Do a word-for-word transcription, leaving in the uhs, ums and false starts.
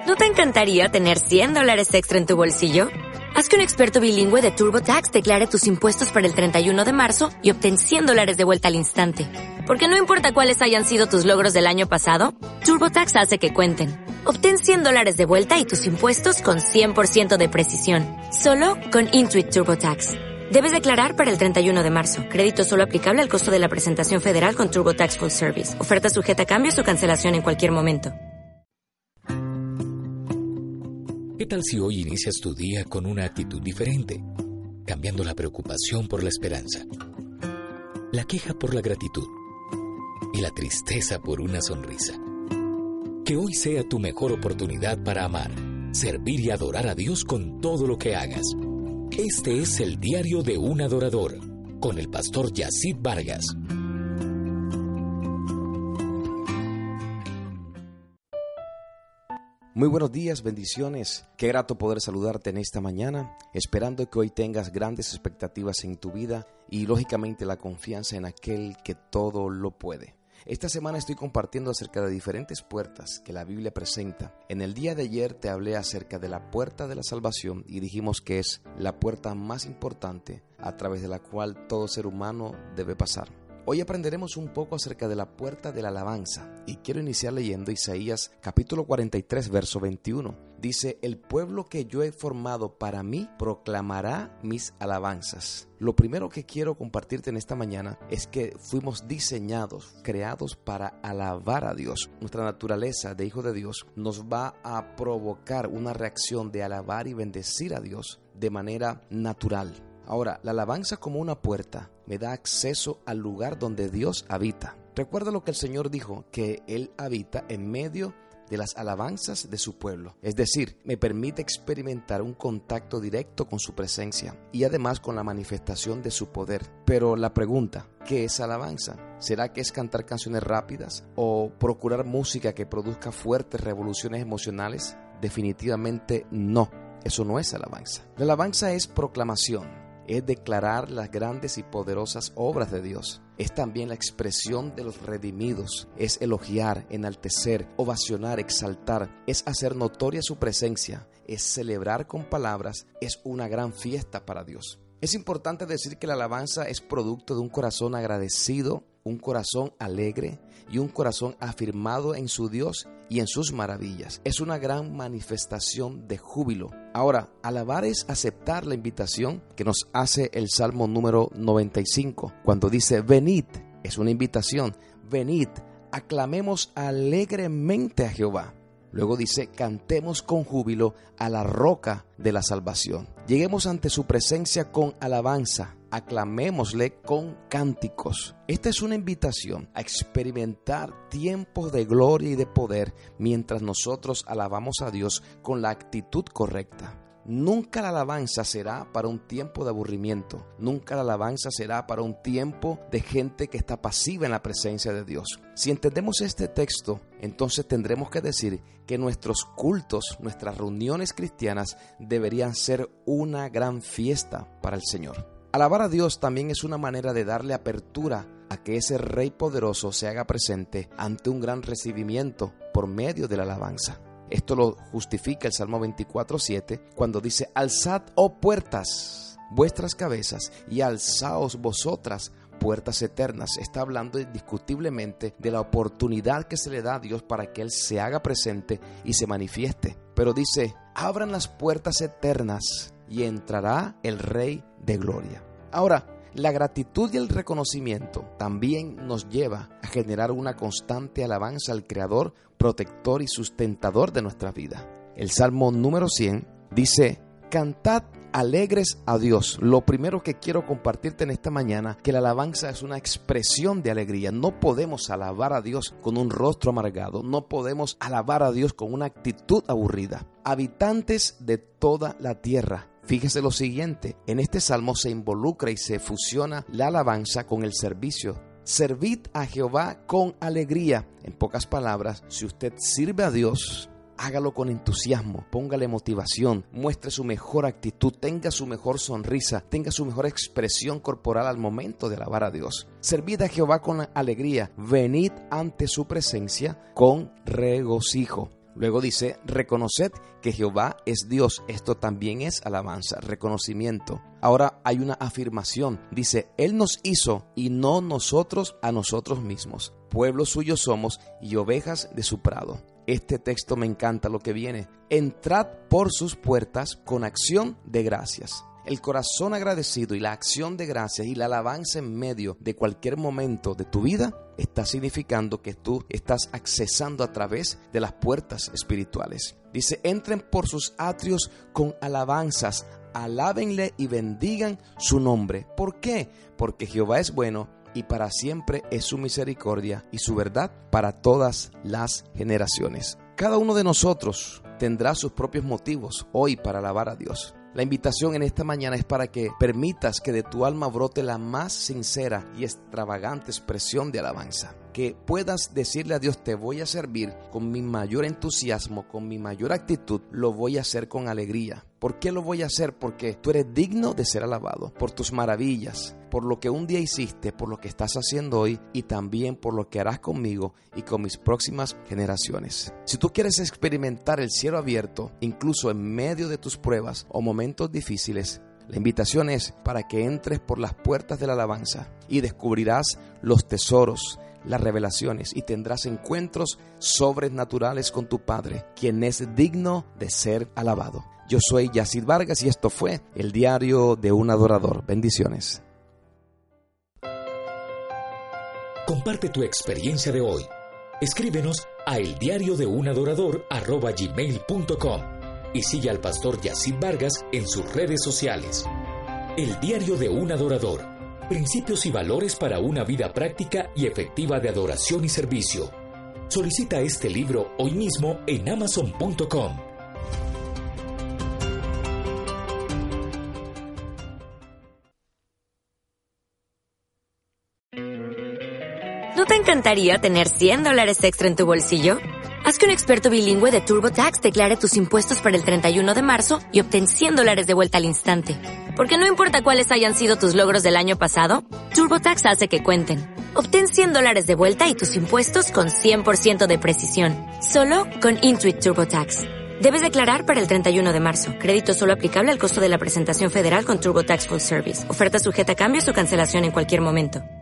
¿No te encantaría tener cien dólares extra en tu bolsillo? Haz que un experto bilingüe de TurboTax declare tus impuestos para el treinta y uno de marzo y obtén cien dólares de vuelta al instante. Porque no importa cuáles hayan sido tus logros del año pasado, TurboTax hace que cuenten. Obtén cien dólares de vuelta y tus impuestos con cien por ciento de precisión. Solo con Intuit TurboTax. Debes declarar para el treinta y uno de marzo. Crédito solo aplicable al costo de la presentación federal con TurboTax Full Service. Oferta sujeta a cambios o cancelación en cualquier momento. ¿Qué tal si hoy inicias tu día con una actitud diferente? Cambiando la preocupación por la esperanza, la queja por la gratitud y la tristeza por una sonrisa. Que hoy sea tu mejor oportunidad para amar, servir y adorar a Dios con todo lo que hagas. Este es el Diario de un Adorador, con el pastor Yacid Vargas. Muy buenos días, bendiciones. Qué grato poder saludarte en esta mañana, esperando que hoy tengas grandes expectativas en tu vida y lógicamente la confianza en aquel que todo lo puede. Esta semana estoy compartiendo acerca de diferentes puertas que la Biblia presenta. En el día de ayer te hablé acerca de la puerta de la salvación y dijimos que es la puerta más importante a través de la cual todo ser humano debe pasar. Hoy aprenderemos un poco acerca de la puerta de la alabanza y quiero iniciar leyendo Isaías capítulo cuarenta y tres verso veintiuno. Dice: el pueblo que yo he formado para mí proclamará mis alabanzas. Lo primero que quiero compartirte en esta mañana es que fuimos diseñados, creados para alabar a Dios. Nuestra naturaleza de hijo de Dios nos va a provocar una reacción de alabar y bendecir a Dios de manera natural. Ahora, la alabanza como una puerta me da acceso al lugar donde Dios habita. Recuerda lo que el Señor dijo, que Él habita en medio de las alabanzas de su pueblo. Es decir, me permite experimentar un contacto directo con su presencia y además con la manifestación de su poder. Pero la pregunta, ¿qué es alabanza? ¿Será que es cantar canciones rápidas o procurar música que produzca fuertes revoluciones emocionales? Definitivamente no, eso no es alabanza. La alabanza es proclamación. Es declarar las grandes y poderosas obras de Dios. Es también la expresión de los redimidos. Es elogiar, enaltecer, ovacionar, exaltar. Es hacer notoria su presencia. Es celebrar con palabras. Es una gran fiesta para Dios. Es importante decir que la alabanza es producto de un corazón agradecido, un corazón alegre y un corazón afirmado en su Dios y en sus maravillas. Es una gran manifestación de júbilo. Ahora, alabar es aceptar la invitación que nos hace el Salmo número noventa y cinco, cuando dice: venid, es una invitación, venid, aclamemos alegremente a Jehová. Luego dice: cantemos con júbilo a la roca de la salvación. Lleguemos ante su presencia con alabanza, aclamémosle con cánticos. Esta es una invitación a experimentar tiempos de gloria y de poder mientras nosotros alabamos a Dios con la actitud correcta. Nunca la alabanza será para un tiempo de aburrimiento. Nunca la alabanza será para un tiempo de gente que está pasiva en la presencia de Dios. Si entendemos este texto, entonces tendremos que decir que nuestros cultos, nuestras reuniones cristianas deberían ser una gran fiesta para el Señor. Alabar a Dios también es una manera de darle apertura a que ese Rey poderoso se haga presente ante un gran recibimiento por medio de la alabanza. Esto lo justifica el Salmo veinticuatro siete cuando dice: alzad, oh puertas, vuestras cabezas, y alzaos vosotras, puertas eternas. Está hablando indiscutiblemente de la oportunidad que se le da a Dios para que Él se haga presente y se manifieste. Pero dice: abran las puertas eternas y entrará el Rey de gloria. Ahora, la gratitud y el reconocimiento también nos lleva a generar una constante alabanza al Creador, protector y sustentador de nuestra vida. El Salmo número cien dice: cantad alegres a Dios. Lo primero que quiero compartirte en esta mañana, que la alabanza es una expresión de alegría. No podemos alabar a Dios con un rostro amargado. No podemos alabar a Dios con una actitud aburrida. Habitantes de toda la tierra, fíjese lo siguiente, en este salmo se involucra y se fusiona la alabanza con el servicio. Servid a Jehová con alegría. En pocas palabras, si usted sirve a Dios, hágalo con entusiasmo, póngale motivación, muestre su mejor actitud, tenga su mejor sonrisa, tenga su mejor expresión corporal al momento de alabar a Dios. Servid a Jehová con alegría, venid ante su presencia con regocijo. Luego dice, reconoced que Jehová es Dios. Esto también es alabanza, reconocimiento. Ahora hay una afirmación. Dice, Él nos hizo y no nosotros a nosotros mismos. Pueblo suyo somos y ovejas de su prado. Este texto me encanta lo que viene. Entrad por sus puertas con acción de gracias. El corazón agradecido y la acción de gracias y la alabanza en medio de cualquier momento de tu vida está significando que tú estás accesando a través de las puertas espirituales. Dice, entren por sus atrios con alabanzas, alábenle y bendigan su nombre. ¿Por qué? Porque Jehová es bueno y para siempre es su misericordia y su verdad para todas las generaciones. Cada uno de nosotros tendrá sus propios motivos hoy para alabar a Dios. La invitación en esta mañana es para que permitas que de tu alma brote la más sincera y extravagante expresión de alabanza. Que puedas decirle a Dios, te voy a servir con mi mayor entusiasmo, con mi mayor actitud, lo voy a hacer con alegría. ¿Por qué lo voy a hacer? Porque tú eres digno de ser alabado por tus maravillas, por lo que un día hiciste, por lo que estás haciendo hoy y también por lo que harás conmigo y con mis próximas generaciones. Si tú quieres experimentar el cielo abierto, incluso en medio de tus pruebas o momentos difíciles, la invitación es para que entres por las puertas de la alabanza y descubrirás los tesoros, las revelaciones y tendrás encuentros sobrenaturales con tu Padre, quien es digno de ser alabado. Yo soy Yacid Vargas y esto fue el Diario de un Adorador. Bendiciones. Comparte tu experiencia de hoy. Escríbenos a eldiariodeunAdorador arroba gmail punto com y sigue al pastor Yacid Vargas en sus redes sociales. El Diario de un Adorador. Principios y valores para una vida práctica y efectiva de adoración y servicio. Solicita este libro hoy mismo en amazon punto com. ¿No te encantaría tener cien dólares extra en tu bolsillo? Haz que un experto bilingüe de TurboTax declare tus impuestos para el treinta y uno de marzo y obtén cien dólares de vuelta al instante. Porque no importa cuáles hayan sido tus logros del año pasado, TurboTax hace que cuenten. Obtén cien dólares de vuelta y tus impuestos con cien por ciento de precisión. Solo con Intuit TurboTax. Debes declarar para el treinta y uno de marzo. Crédito solo aplicable al costo de la presentación federal con TurboTax Full Service. Oferta sujeta a cambios o cancelación en cualquier momento.